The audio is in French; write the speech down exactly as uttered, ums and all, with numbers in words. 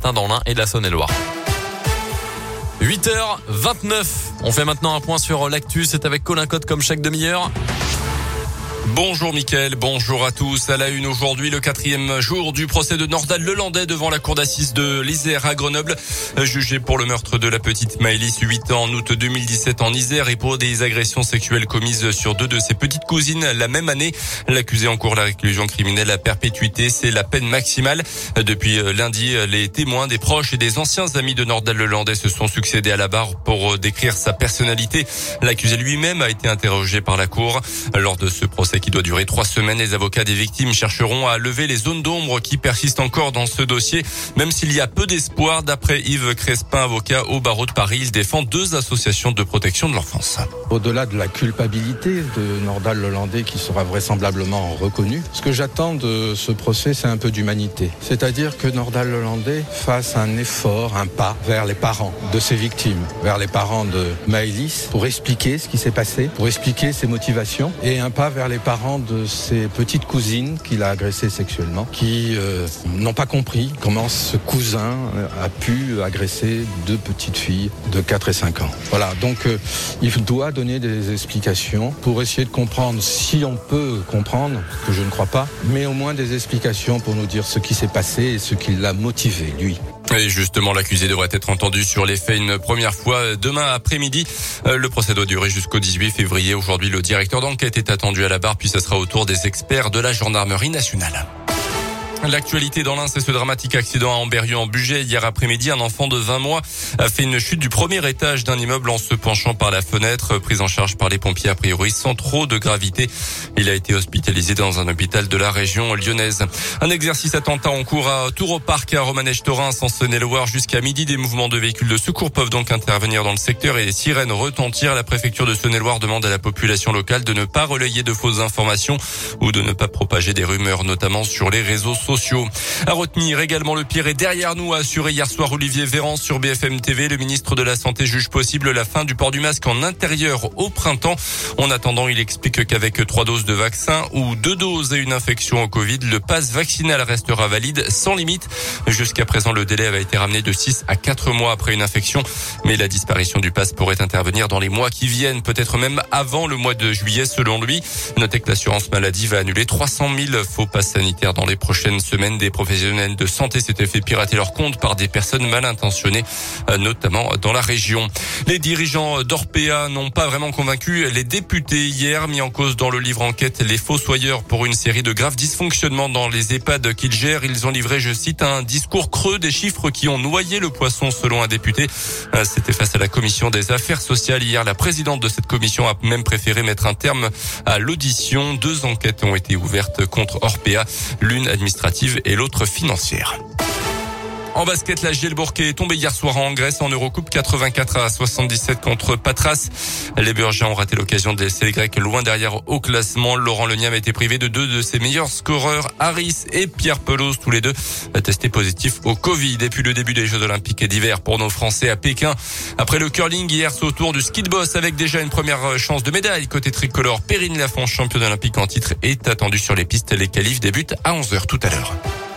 matin dans l'Ain et la Saône-et-Loire. huit heures vingt-neuf. On fait maintenant un point sur l'actu. C'est avec Colin Cotte comme chaque demi-heure. Bonjour Mickaël, bonjour à tous. À la une aujourd'hui, le quatrième jour du procès de Nordal Lelandais devant la cour d'assises de l'Isère à Grenoble. Jugé pour le meurtre de la petite Maëlys, huit ans, en août deux mille dix-sept en Isère et pour des agressions sexuelles commises sur deux de ses petites cousines la même année. L'accusé encourt la réclusion criminelle à perpétuité, c'est la peine maximale. Depuis lundi, les témoins, des proches et des anciens amis de Nordal Lelandais se sont succédés à la barre pour décrire sa personnalité. L'accusé lui-même a été interrogé par la cour. Lors de ce procès qui doit durer trois semaines, les avocats des victimes chercheront à lever les zones d'ombre qui persistent encore dans ce dossier, même s'il y a peu d'espoir. D'après Yves Crespin, avocat au barreau de Paris, il défend deux associations de protection de l'enfance. Au-delà de la culpabilité de Nordal Lelandais qui sera vraisemblablement reconnu, ce que j'attends de ce procès, c'est un peu d'humanité. C'est-à-dire que Nordal Lelandais fasse un effort, un pas vers les parents de ses victimes, vers les parents de Maëlys, pour expliquer ce qui s'est passé, pour expliquer ses motivations, et un pas vers les parents de ses petites cousines qu'il a agressées sexuellement, qui euh, n'ont pas compris comment ce cousin a pu agresser deux petites filles de quatre et cinq ans. Voilà, donc euh, il doit donner des explications pour essayer de comprendre, si on peut comprendre, que je ne crois pas, mais au moins des explications pour nous dire ce qui s'est passé et ce qui l'a motivé, lui. Et justement, l'accusé devrait être entendu sur les faits une première fois demain après-midi. Le procès doit durer jusqu'au dix-huit février. Aujourd'hui, le directeur d'enquête est attendu à la barre, puis ce sera au tour des experts de la gendarmerie nationale. L'actualité dans l'Ain, c'est ce dramatique accident à Ambérieu en Bugey. Hier après-midi, un enfant de vingt mois a fait une chute du premier étage d'un immeuble en se penchant par la fenêtre. Prise en charge par les pompiers a priori sans trop de gravité. Il a été hospitalisé dans un hôpital de la région lyonnaise. Un exercice attentat en cours à Tour-au-Parc à Romanèche-Thorins en Saône-et-Loire. Jusqu'à midi, des mouvements de véhicules de secours peuvent donc intervenir dans le secteur et les sirènes retentir. La préfecture de Saône-et-Loire demande à la population locale de ne pas relayer de fausses informations ou de ne pas propager des rumeurs, notamment sur les réseaux sociaux. Sociaux. À retenir également, le pire est derrière nous, a assuré hier soir Olivier Véran sur B F M T V. Le ministre de la Santé juge possible la fin du port du masque en intérieur au printemps. En attendant, il explique qu'avec trois doses de vaccin ou deux doses et une infection au Covid, le pass vaccinal restera valide sans limite. Jusqu'à présent, le délai avait été ramené de six à quatre mois après une infection. Mais la disparition du pass pourrait intervenir dans les mois qui viennent, peut-être même avant le mois de juillet, selon lui. Notez que l'assurance maladie va annuler trois cent mille faux passes sanitaires dans les prochaines semaine. Des professionnels de santé s'étaient fait pirater leur compte par des personnes mal intentionnées, notamment dans la région. Les dirigeants d'Orpea n'ont pas vraiment convaincu les députés hier, mis en cause dans le livre enquête les fossoyeurs pour une série de graves dysfonctionnements dans les EHPAD qu'ils gèrent. Ils ont livré, je cite, un discours creux, des chiffres qui ont noyé le poisson selon un député. C'était face à la commission des affaires sociales hier. La présidente de cette commission a même préféré mettre un terme à l'audition. Deux enquêtes ont été ouvertes contre Orpea, l'une administrative et l'autre financière. En basket, la Gielbourg est tombée hier soir en Grèce en Eurocoupe, quatre-vingt-quatre à soixante-dix-sept contre Patras. Les Burgiens ont raté l'occasion de laisser les Grecs loin derrière au classement. Laurent Leniam a été privé de deux de ses meilleurs scoreurs, Harris et Pierre Pelouse, tous les deux testés positifs au Covid. Et puis le début des Jeux Olympiques d'hiver pour nos Français à Pékin. Après le curling, hier, c'est au tour du ski de boss avec déjà une première chance de médaille. Côté tricolore, Perrine Lafont, championne olympique en titre, est attendue sur les pistes. Les qualifs débutent à onze heures tout à l'heure.